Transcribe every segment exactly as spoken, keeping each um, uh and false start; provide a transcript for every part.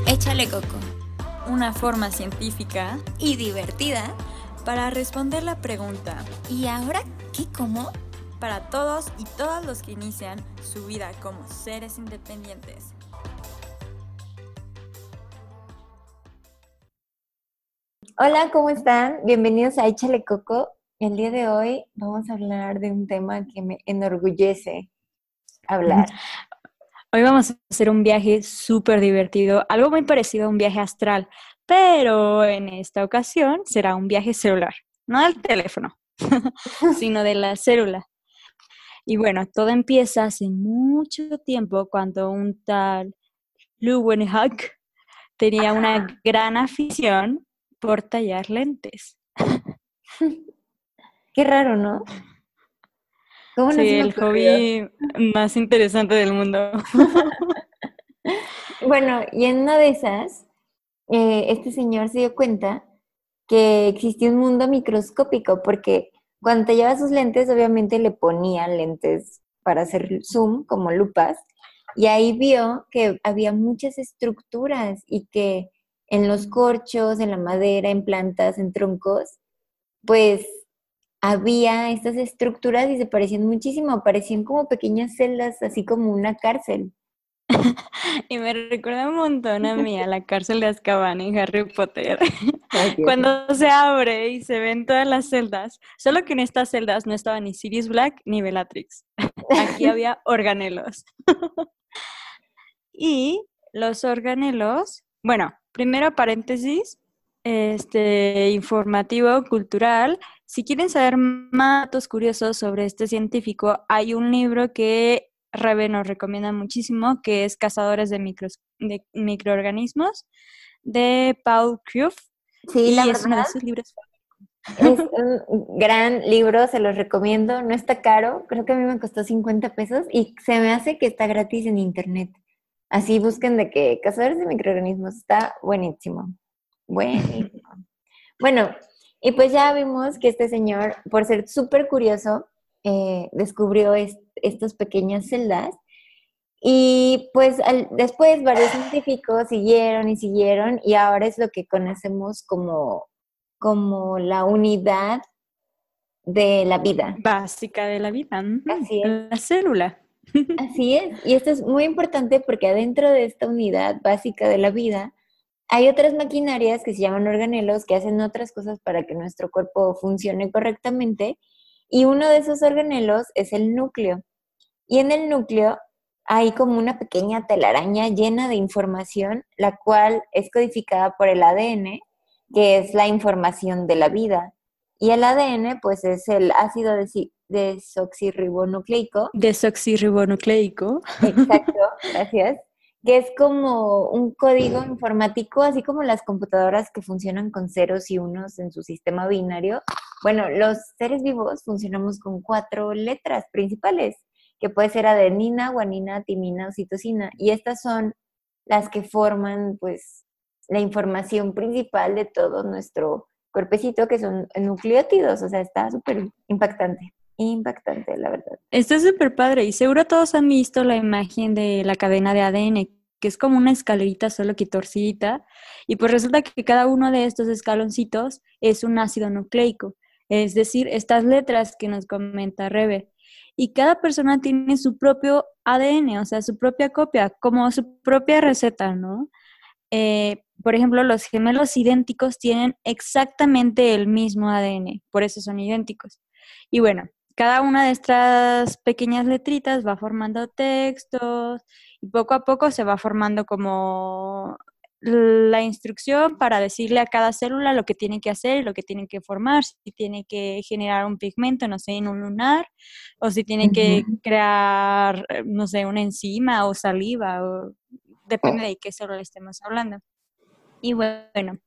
Échale coco, una forma científica y divertida para responder la pregunta ¿y ahora qué como? Para todos y todas los que inician su vida como seres independientes. Hola, ¿cómo están? Bienvenidos a Échale Coco. El día de hoy vamos a hablar de un tema que me enorgullece hablar. Hoy vamos a hacer un viaje súper divertido, algo muy parecido a un viaje astral, pero en esta ocasión será un viaje celular, no del teléfono, sino de la célula. Y bueno, todo empieza hace mucho tiempo cuando un tal Leeuwenhoek tenía una gran afición por tallar lentes. Qué raro, ¿no? ¿Cómo no Sí, se me el ocurrió? hobby más interesante del mundo. Bueno, y en una de esas, eh, este señor se dio cuenta que existía un mundo microscópico, porque cuando te llevas sus lentes, obviamente le ponían lentes para hacer zoom, como lupas, y ahí vio que había muchas estructuras y que en los corchos, en la madera, en plantas, en troncos, pues había estas estructuras y se parecían muchísimo, parecían como pequeñas celdas, así como una cárcel. Y me recuerda un montón a mí, a la cárcel de Azkaban en Harry Potter, Ay, Dios mío. cuando se abre y se ven todas las celdas, solo que en estas celdas no estaba ni Sirius Black ni Bellatrix. Aquí había organelos. Y los organelos, bueno, primero paréntesis, este informativo cultural. Si quieren saber más datos curiosos sobre este científico, hay un libro que Rebe nos recomienda muchísimo, que es Cazadores de, micros, de microorganismos, de Paul Krugh, Sí, la y es uno de verdad. sus libros. Es un gran libro, se los recomiendo. No está caro, creo que a mí me costó cincuenta pesos y se me hace que está gratis en internet. Así busquen de que Cazadores de Microorganismos está buenísimo. Buenísimo. Bueno, y pues ya vimos que este señor, por ser súper curioso, eh, descubrió est- estas pequeñas celdas y pues al- después varios científicos siguieron y siguieron y ahora es lo que conocemos como, como la unidad de la vida. Básica de la vida, ujú, Así es, la célula. así es. Y esto es muy importante porque adentro de esta unidad básica de la vida hay otras maquinarias que se llaman organelos que hacen otras cosas para que nuestro cuerpo funcione correctamente. Y uno de esos organelos es el núcleo. Y en el núcleo hay como una pequeña telaraña llena de información, la cual es codificada por el A D N, que es la información de la vida. Y el A D N, pues, es el ácido desi- desoxirribonucleico. Desoxirribonucleico. Exacto, gracias. Que es como un código informático, así como las computadoras que funcionan con ceros y unos en su sistema binario. Bueno, los seres vivos funcionamos con cuatro letras principales, que puede ser adenina, guanina, timina o citosina. Y estas son las que forman, pues, la información principal de todo nuestro cuerpecito, que son nucleótidos. O sea, está súper impactante, impactante, la verdad. Está súper padre y seguro todos han visto la imagen de la cadena de A D N, que es como una escalerita solo que torcidita, y pues resulta que cada uno de estos escaloncitos es un ácido nucleico, es decir, estas letras que nos comenta Rebe. Y cada persona tiene su propio A D N, o sea, su propia copia, como su propia receta, ¿no? Eh, por ejemplo, los gemelos idénticos tienen exactamente el mismo A D N, por eso son idénticos. Y bueno, cada una de estas pequeñas letritas va formando textos y poco a poco se va formando como la instrucción para decirle a cada célula lo que tiene que hacer y lo que tiene que formar, si tiene que generar un pigmento, no sé, en un lunar, o si tiene que Ujú. crear, eh, no sé, una enzima o saliva, o depende de qué célula estemos hablando. Y bueno,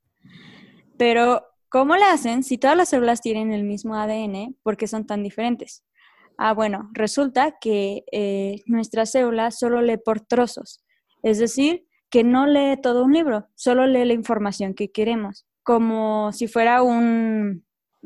pero ¿cómo le hacen si todas las células tienen el mismo A D N? ¿Por qué son tan diferentes? Ah, bueno, resulta que eh, nuestra célula solo lee por trozos, es decir, que no lee todo un libro, solo lee la información que queremos, como si fuera un,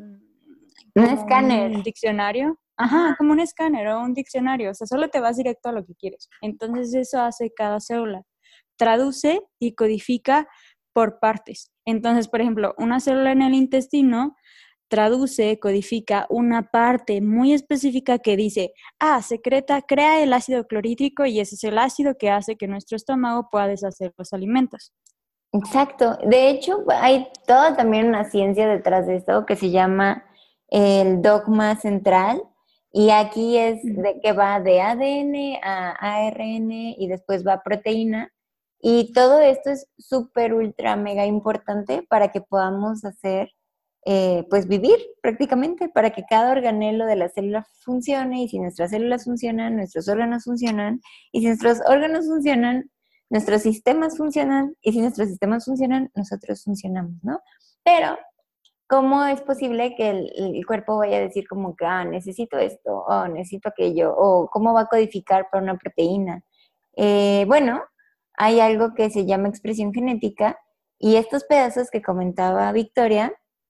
Un como escáner. un diccionario. Ajá, Ajá. como un escáner o un diccionario, o sea, solo te vas directo a lo que quieres. Entonces eso hace cada célula. traduce y codifica por partes. Entonces, por ejemplo, una célula en el intestino traduce, codifica una parte muy específica que dice, ah, secreta, crea el ácido clorhídrico y ese es el ácido que hace que nuestro estómago pueda deshacer los alimentos. Exacto. De hecho, hay toda también una ciencia detrás de esto que se llama el dogma central. Y aquí es de que va de A D N a A R N y después va a proteína. Y todo esto es súper, ultra, mega importante para que podamos hacer, eh, pues vivir prácticamente, para que cada organelo de la célula funcione. Y si nuestras células funcionan, nuestros órganos funcionan. Y si nuestros órganos funcionan, nuestros sistemas funcionan. Y si nuestros sistemas funcionan, nosotros funcionamos, ¿no? Pero ¿cómo es posible que el, el cuerpo vaya a decir como que, ah, necesito esto, o necesito aquello, o cómo va a codificar para una proteína? Eh, bueno, hay algo que se llama expresión genética, y estos pedazos que comentaba Victoria,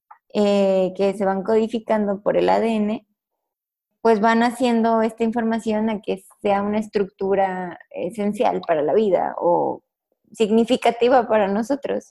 eh, que se van codificando por el A D N, pues van haciendo esta información a que sea una estructura esencial para la vida, o significativa para nosotros.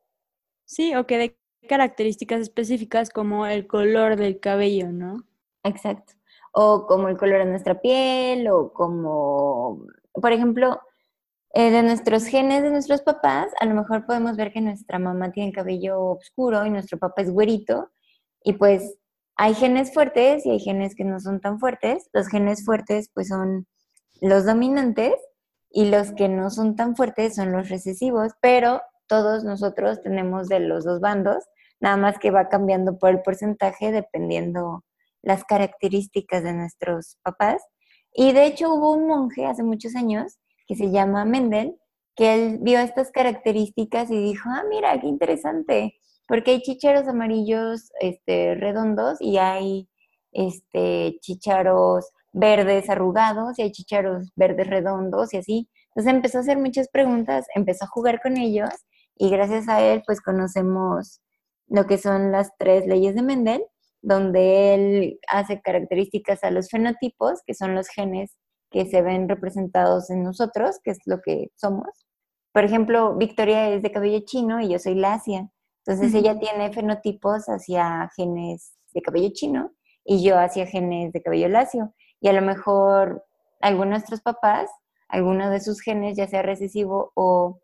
Sí, o que de características específicas como el color del cabello, ¿no? Exacto. O como el color de nuestra piel, o como, por ejemplo, eh, de nuestros genes de nuestros papás, a lo mejor podemos ver que nuestra mamá tiene el cabello oscuro y nuestro papá es güerito, y pues hay genes fuertes y hay genes que no son tan fuertes. Los genes fuertes pues son los dominantes, y los que no son tan fuertes son los recesivos, pero todos nosotros tenemos de los dos bandos, nada más que va cambiando por el porcentaje dependiendo las características de nuestros papás. Y de hecho hubo un monje hace muchos años que se llama Mendel, que él vio estas características y dijo, ah, mira, qué interesante, porque hay chícharos amarillos este, redondos, y hay este, chícharos verdes arrugados, y hay chícharos verdes redondos y así. Entonces empezó a hacer muchas preguntas, empezó a jugar con ellos, y gracias a él pues conocemos lo que son las tres leyes de Mendel, donde él hace características a los fenotipos, que son los genes que se ven representados en nosotros, que es lo que somos. Por ejemplo, Victoria es de cabello chino y yo soy lacia. Entonces uh-huh. ella tiene fenotipos hacia genes de cabello chino y yo hacia genes de cabello lacio. Y a lo mejor algunos de nuestros papás, alguno de sus genes, ya sea recesivo o,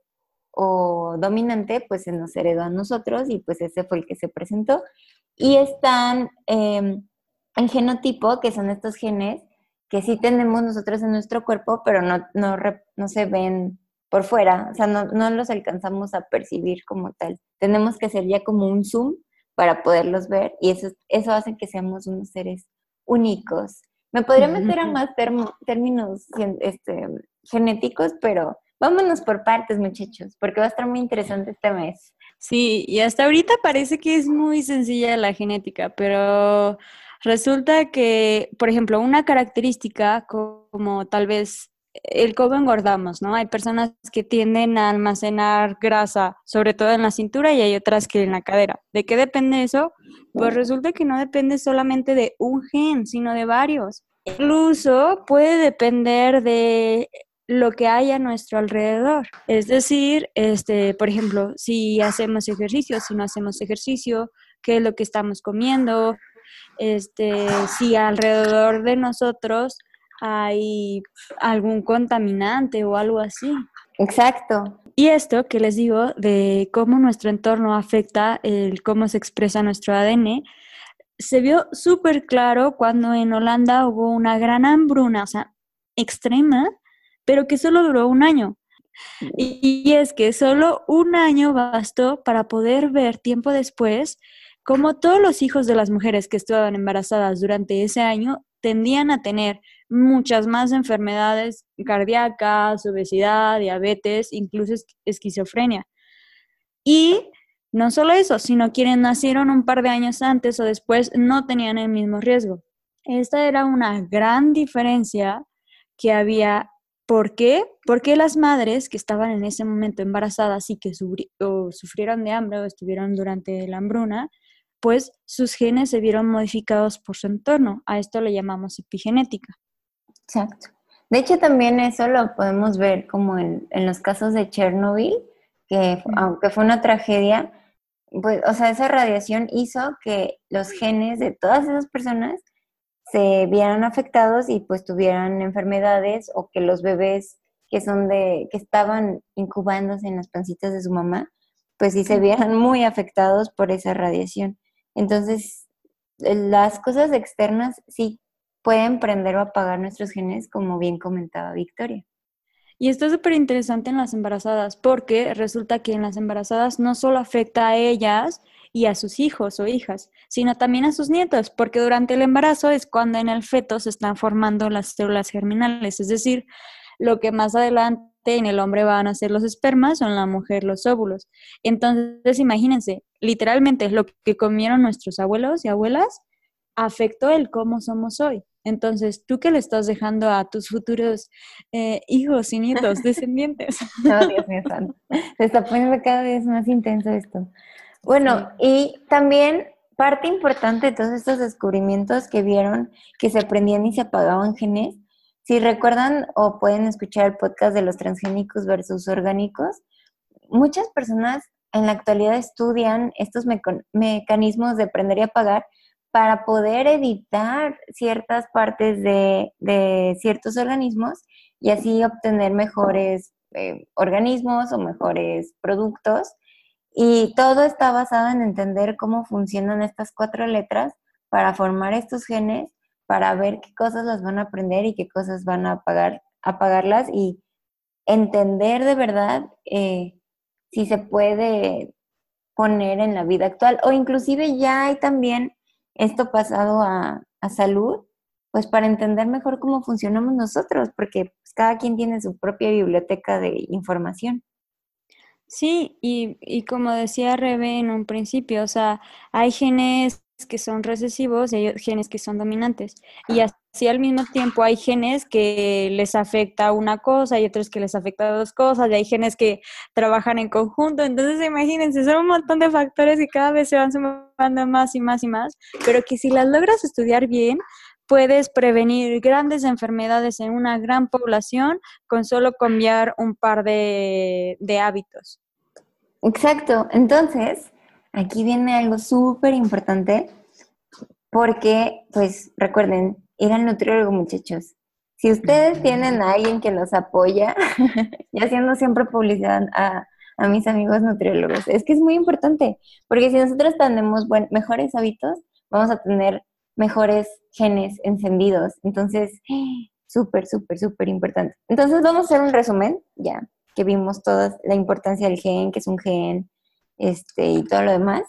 o dominante, pues se nos heredó a nosotros, y pues ese fue el que se presentó. Y están eh, en genotipo, que son estos genes que sí tenemos nosotros en nuestro cuerpo, pero no, no, no se ven por fuera, o sea, no, no los alcanzamos a percibir como tal. Tenemos que hacer ya como un zoom para poderlos ver, y eso, eso hace que seamos unos seres únicos. Me podría meter a más term- términos este, genéticos, pero vámonos por partes, muchachos, porque va a estar muy interesante este mes. Sí, y hasta ahorita parece que es muy sencilla la genética, pero resulta que, por ejemplo, una característica como tal vez el cómo engordamos, ¿no? Hay personas que tienden a almacenar grasa, sobre todo en la cintura, y hay otras que en la cadera. ¿De qué depende eso? Pues resulta que no depende solamente de un gen, sino de varios. Incluso puede depender de lo que hay a nuestro alrededor. Es decir, este, por ejemplo, si hacemos ejercicio, si no hacemos ejercicio, qué es lo que estamos comiendo, este, si alrededor de nosotros hay algún contaminante o algo así. Exacto. Y esto que les digo de cómo nuestro entorno afecta el cómo se expresa nuestro A D N, se vio súper claro cuando en Holanda hubo una gran hambruna, o sea, extrema, pero que solo duró un año. Y, y es que solo un año bastó para poder ver tiempo después cómo todos los hijos de las mujeres que estaban embarazadas durante ese año tendían a tener muchas más enfermedades cardíacas, obesidad, diabetes, incluso es- esquizofrenia. Y no solo eso, sino quienes nacieron un par de años antes o después no tenían el mismo riesgo. Esta era una gran diferencia que había. ¿Por qué? Porque las madres que estaban en ese momento embarazadas y que sufri- o sufrieron de hambre o estuvieron durante la hambruna, pues sus genes se vieron modificados por su entorno. A esto le llamamos epigenética. Exacto. De hecho, también eso lo podemos ver como en, en los casos de Chernobyl, que aunque fue una tragedia, pues, o sea, esa radiación hizo que los genes de todas esas personas se vieran afectados y pues tuvieran enfermedades, o que los bebés que son de, que estaban incubándose en las pancitas de su mamá, pues sí se vieran muy afectados por esa radiación. Entonces, las cosas externas sí pueden prender o apagar nuestros genes, como bien comentaba Victoria. Y esto es súper interesante en las embarazadas, porque resulta que en las embarazadas no solo afecta a ellas y a sus hijos o hijas, sino también a sus nietos, porque durante el embarazo es cuando en el feto se están formando las células germinales, es decir, lo que más adelante en el hombre van a ser los espermas o en la mujer los óvulos. Entonces, imagínense, literalmente lo que comieron nuestros abuelos y abuelas afectó el cómo somos hoy. Entonces, ¿tú qué le estás dejando a tus futuros eh, hijos y nietos, descendientes? No, Dios mío santo. Se está poniendo cada vez más intenso esto. Bueno, Sí. y también parte importante de todos estos descubrimientos que vieron que se prendían y se apagaban genes. Si recuerdan o pueden escuchar el podcast de los transgénicos versus orgánicos, muchas personas en la actualidad estudian estos meco- mecanismos de prender y apagar para poder editar ciertas partes de, de ciertos organismos y así obtener mejores eh, organismos o mejores productos. Y todo está basado en entender cómo funcionan estas cuatro letras para formar estos genes, para ver qué cosas las van a aprender y qué cosas van a apagar, apagarlas, y entender de verdad eh, si se puede poner en la vida actual. O inclusive ya hay también esto pasado a, a salud, pues para entender mejor cómo funcionamos nosotros, porque pues, cada quien tiene su propia biblioteca de información. Sí, y, y como decía Rebe en un principio, o sea, hay genes que son recesivos y hay genes que son dominantes. Y así al mismo tiempo hay genes que les afecta una cosa y otros que les afecta dos cosas, y hay genes que trabajan en conjunto. Entonces, imagínense, son un montón de factores que cada vez se van sumando más y más y más, pero que si las logras estudiar bien, puedes prevenir grandes enfermedades en una gran población con solo cambiar un par de, de hábitos. Exacto. Entonces, aquí viene algo súper importante porque, pues, recuerden, ir al nutriólogo, muchachos. Si ustedes tienen a alguien que los apoya, y haciendo siempre publicidad a, a mis amigos nutriólogos, es que es muy importante, porque si nosotros tenemos buen, mejores hábitos, vamos a tener mejores genes encendidos. Entonces, súper, súper, súper importante. Entonces, vamos a hacer un resumen, ya que vimos toda la importancia del gen, que es un gen, este, y todo lo demás.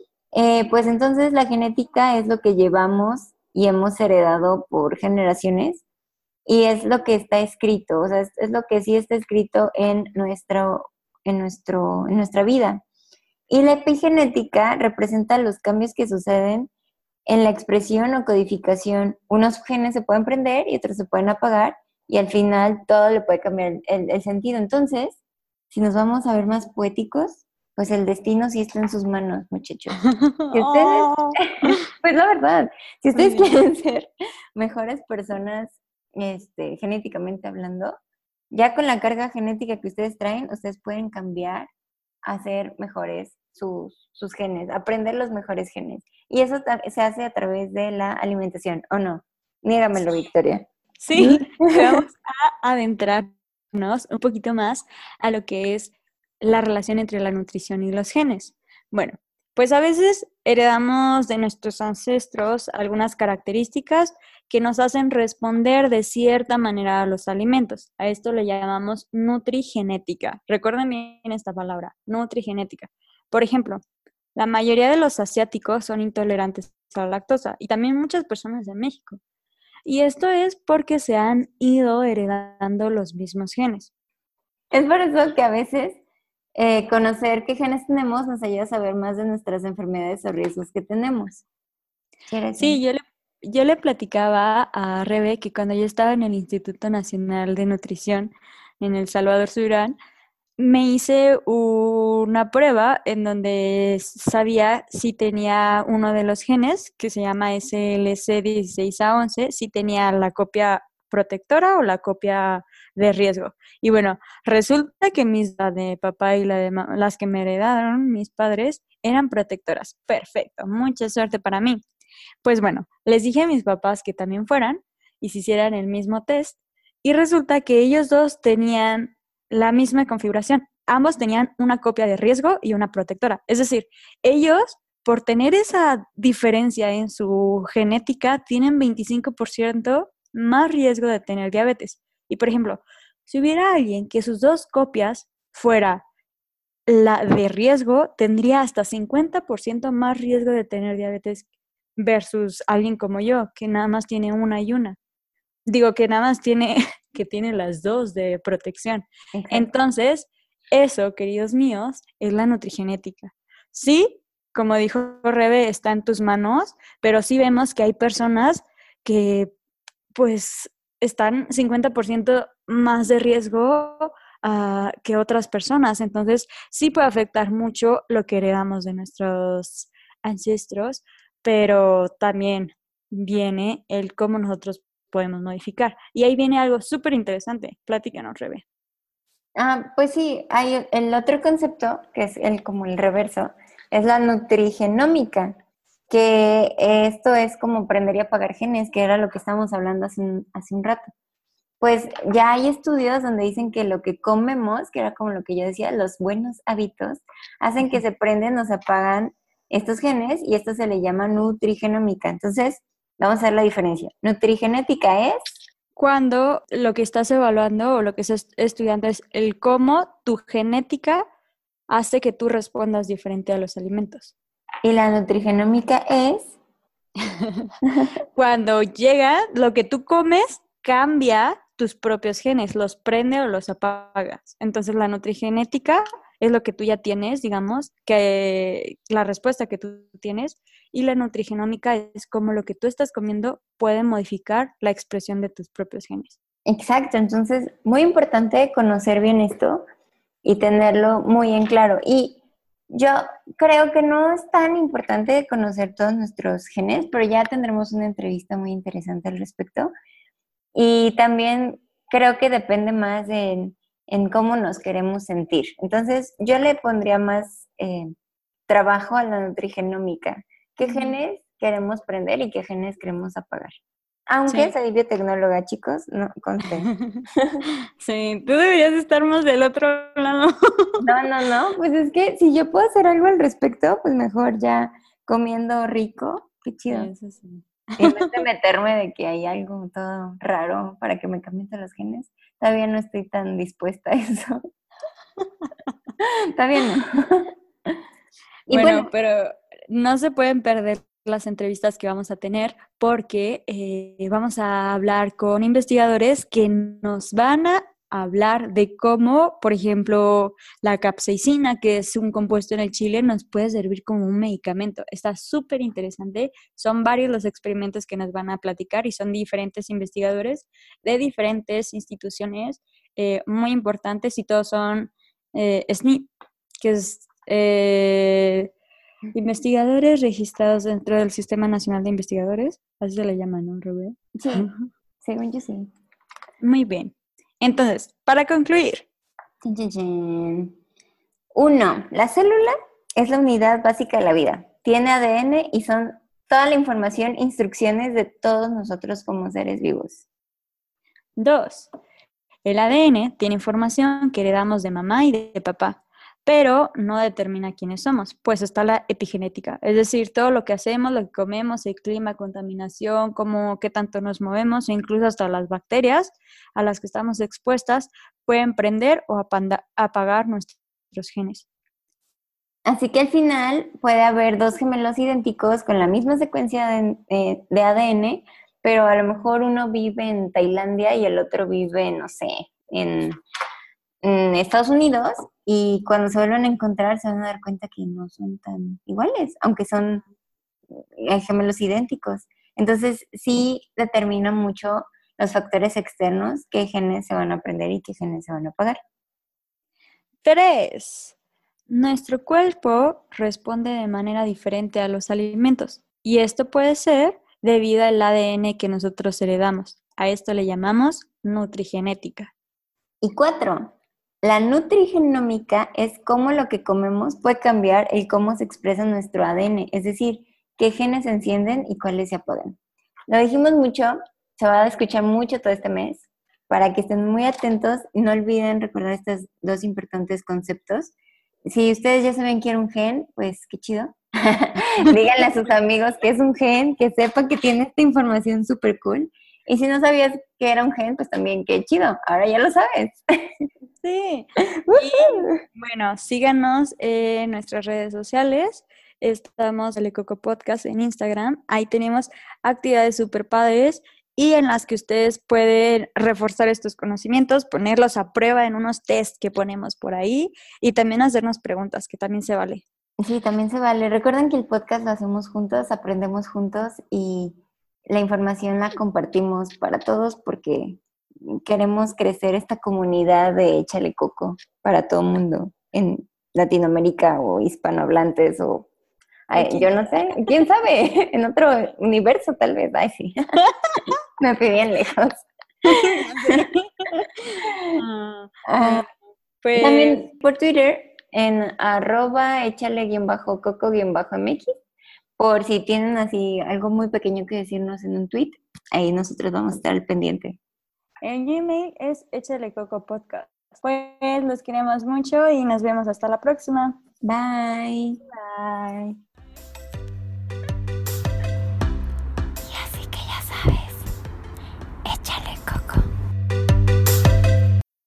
Eh, pues entonces la genética es lo que llevamos y hemos heredado por generaciones, y es lo que está escrito, o sea, es, es lo que sí está escrito en, nuestro, en, nuestro, en nuestra vida. Y la epigenética representa los cambios que suceden en la expresión o codificación. Unos genes se pueden prender y otros se pueden apagar, y al final todo le puede cambiar el, el sentido. Entonces, si nos vamos a ver más poéticos, pues el destino sí está en sus manos, muchachos. Si ustedes, Oh. pues la verdad, si Muy ustedes bien. quieren ser mejores personas, este, genéticamente hablando, ya con la carga genética que ustedes traen, ustedes pueden cambiar a ser mejores sus, sus genes, aprender los mejores genes. Y eso ta- se hace a través de la alimentación, ¿o no? Niégamelo, Victoria. Sí, y vamos a adentrarnos un poquito más a lo que es la relación entre la nutrición y los genes. Bueno, pues a veces heredamos de nuestros ancestros algunas características que nos hacen responder de cierta manera a los alimentos. A esto le llamamos nutrigenética. Recuerden bien esta palabra, nutrigenética. Por ejemplo, la mayoría de los asiáticos son intolerantes a la lactosa, y también muchas personas de México. Y esto es porque se han ido heredando los mismos genes. Es por eso que a veces eh, conocer qué genes tenemos nos ayuda a saber más de nuestras enfermedades o riesgos que tenemos. ¿Quieres Sí, decir? yo le, yo le platicaba a Rebe que cuando yo estaba en el Instituto Nacional de Nutrición en El Salvador, Surán, me hice una prueba en donde sabía si tenía uno de los genes, que se llama S L C dieciséis A once, si tenía la copia protectora o la copia de riesgo. Y bueno, resulta que mis, la de papá y la de ma- las que me heredaron mis padres eran protectoras. Perfecto, mucha suerte para mí. Pues bueno, les dije a mis papás que también fueran y se hicieran el mismo test y resulta que ellos dos tenían la misma configuración. Ambos tenían una copia de riesgo y una protectora. Es decir, ellos, por tener esa diferencia en su genética, tienen veinticinco por ciento más riesgo de tener diabetes. Y por ejemplo, si hubiera alguien que sus dos copias fuera la de riesgo, tendría hasta cincuenta por ciento más riesgo de tener diabetes versus alguien como yo, que nada más tiene una y una. Digo que nada más tiene, que tiene las dos de protección. Exacto. Entonces, eso, queridos míos, es la nutrigenética. Sí, como dijo Rebe, está en tus manos, pero sí vemos que hay personas que pues están cincuenta por ciento más de riesgo uh, que otras personas. Entonces, sí puede afectar mucho lo que heredamos de nuestros ancestros, pero también viene el cómo nosotros podemos modificar. Y ahí viene algo súper interesante. Platícanos, Rebe. Ah, pues sí, hay el otro concepto, que es el como el reverso, es la nutrigenómica, que esto es como aprender y apagar genes, que era lo que estábamos hablando hace un, hace un rato. Pues ya hay estudios donde dicen que lo que comemos, que era como lo que yo decía, los buenos hábitos, hacen que se prenden o se apagan estos genes y esto se le llama nutrigenómica. Entonces, vamos a ver la diferencia. Nutrigenética es cuando lo que estás evaluando o lo que estás estudiando es el cómo tu genética hace que tú respondas diferente a los alimentos. Y la nutrigenómica es cuando llega lo que tú comes cambia tus propios genes, los prende o los apagas. Entonces la nutrigenética es lo que tú ya tienes, digamos, que la respuesta que tú tienes, y la nutrigenómica es como lo que tú estás comiendo puede modificar la expresión de tus propios genes. Exacto, entonces muy importante conocer bien esto y tenerlo muy en claro. Y yo creo que no es tan importante conocer todos nuestros genes, pero ya tendremos una entrevista muy interesante al respecto. Y también creo que depende más en, en cómo nos queremos sentir. Entonces yo le pondría más eh, trabajo a la nutrigenómica. ¿Qué genes queremos prender y qué genes queremos apagar? Aunque sí. Soy biotecnóloga, chicos, no conste. Sí, tú deberías estar más del otro lado. No, no, no, pues es que si yo puedo hacer algo al respecto, pues mejor ya comiendo rico, qué chido. Sí, eso sí. En vez de meterme de que hay algo todo raro para que me cambien todos los genes, todavía no estoy tan dispuesta a eso. Todavía no. Y bueno, bueno, pero no se pueden perder las entrevistas que vamos a tener porque eh, vamos a hablar con investigadores que nos van a hablar de cómo, por ejemplo, la capsaicina, que es un compuesto en el chile, nos puede servir como un medicamento. Está súper interesante. Son varios los experimentos que nos van a platicar y son diferentes investigadores de diferentes instituciones eh, muy importantes y todos son eh, S N I, que es... Eh, investigadores registrados dentro del Sistema Nacional de Investigadores, así se le llama, ¿no, Rubén? Sí, según yo sí. Muy bien. Entonces, para concluir. Uno, la célula es la unidad básica de la vida. Tiene A D N y son toda la información, instrucciones de todos nosotros como seres vivos. Dos, el A D N tiene información que heredamos de mamá y de papá, pero no determina quiénes somos, pues está la epigenética, es decir, todo lo que hacemos, lo que comemos, el clima, contaminación, cómo, qué tanto nos movemos, e incluso hasta las bacterias a las que estamos expuestas pueden prender o apagar nuestros genes. Así que al final puede haber dos gemelos idénticos con la misma secuencia de, eh, de A D N, pero a lo mejor uno vive en Tailandia y el otro vive, no sé, en... en Estados Unidos, y cuando se vuelvan a encontrar se van a dar cuenta que no son tan iguales, aunque son gemelos idénticos. Entonces sí determina mucho los factores externos, qué genes se van a aprender y qué genes se van a apagar. Tres. Nuestro cuerpo responde de manera diferente a los alimentos y esto puede ser debido al A D N que nosotros heredamos. A esto le llamamos nutrigenética. Y cuatro, la nutrigenómica es cómo lo que comemos puede cambiar el cómo se expresa nuestro A D N, es decir, qué genes se encienden y cuáles se apagan. Lo dijimos mucho, se va a escuchar mucho todo este mes, para que estén muy atentos y no olviden recordar estos dos importantes conceptos. Si ustedes ya saben que era un gen, pues qué chido. Díganle a sus amigos que es un gen, que sepan que tiene esta información súper cool. Y si no sabías que era un gen, pues también qué chido, ahora ya lo sabes. Sí. Y bueno, síganos en nuestras redes sociales. Estamos en el Coco Podcast en Instagram. Ahí tenemos actividades súper padres y en las que ustedes pueden reforzar estos conocimientos, ponerlos a prueba en unos test que ponemos por ahí y también hacernos preguntas, que también se vale. Sí, también se vale. Recuerden que el podcast lo hacemos juntos, aprendemos juntos y la información la compartimos para todos porque queremos crecer esta comunidad de Échale Coco para todo el mundo en Latinoamérica o hispanohablantes o ay, yo no sé, quién sabe, en otro universo tal vez. Ay, sí. Me fui bien lejos. Ah, pues... También por Twitter en arroba échale guión bajo coco guión bajo mx, por si tienen así algo muy pequeño que decirnos en un tweet, ahí nosotros vamos a estar al pendiente. En Gmail es Échale Coco Podcast. Pues los queremos mucho y nos vemos hasta la próxima. Bye. Bye.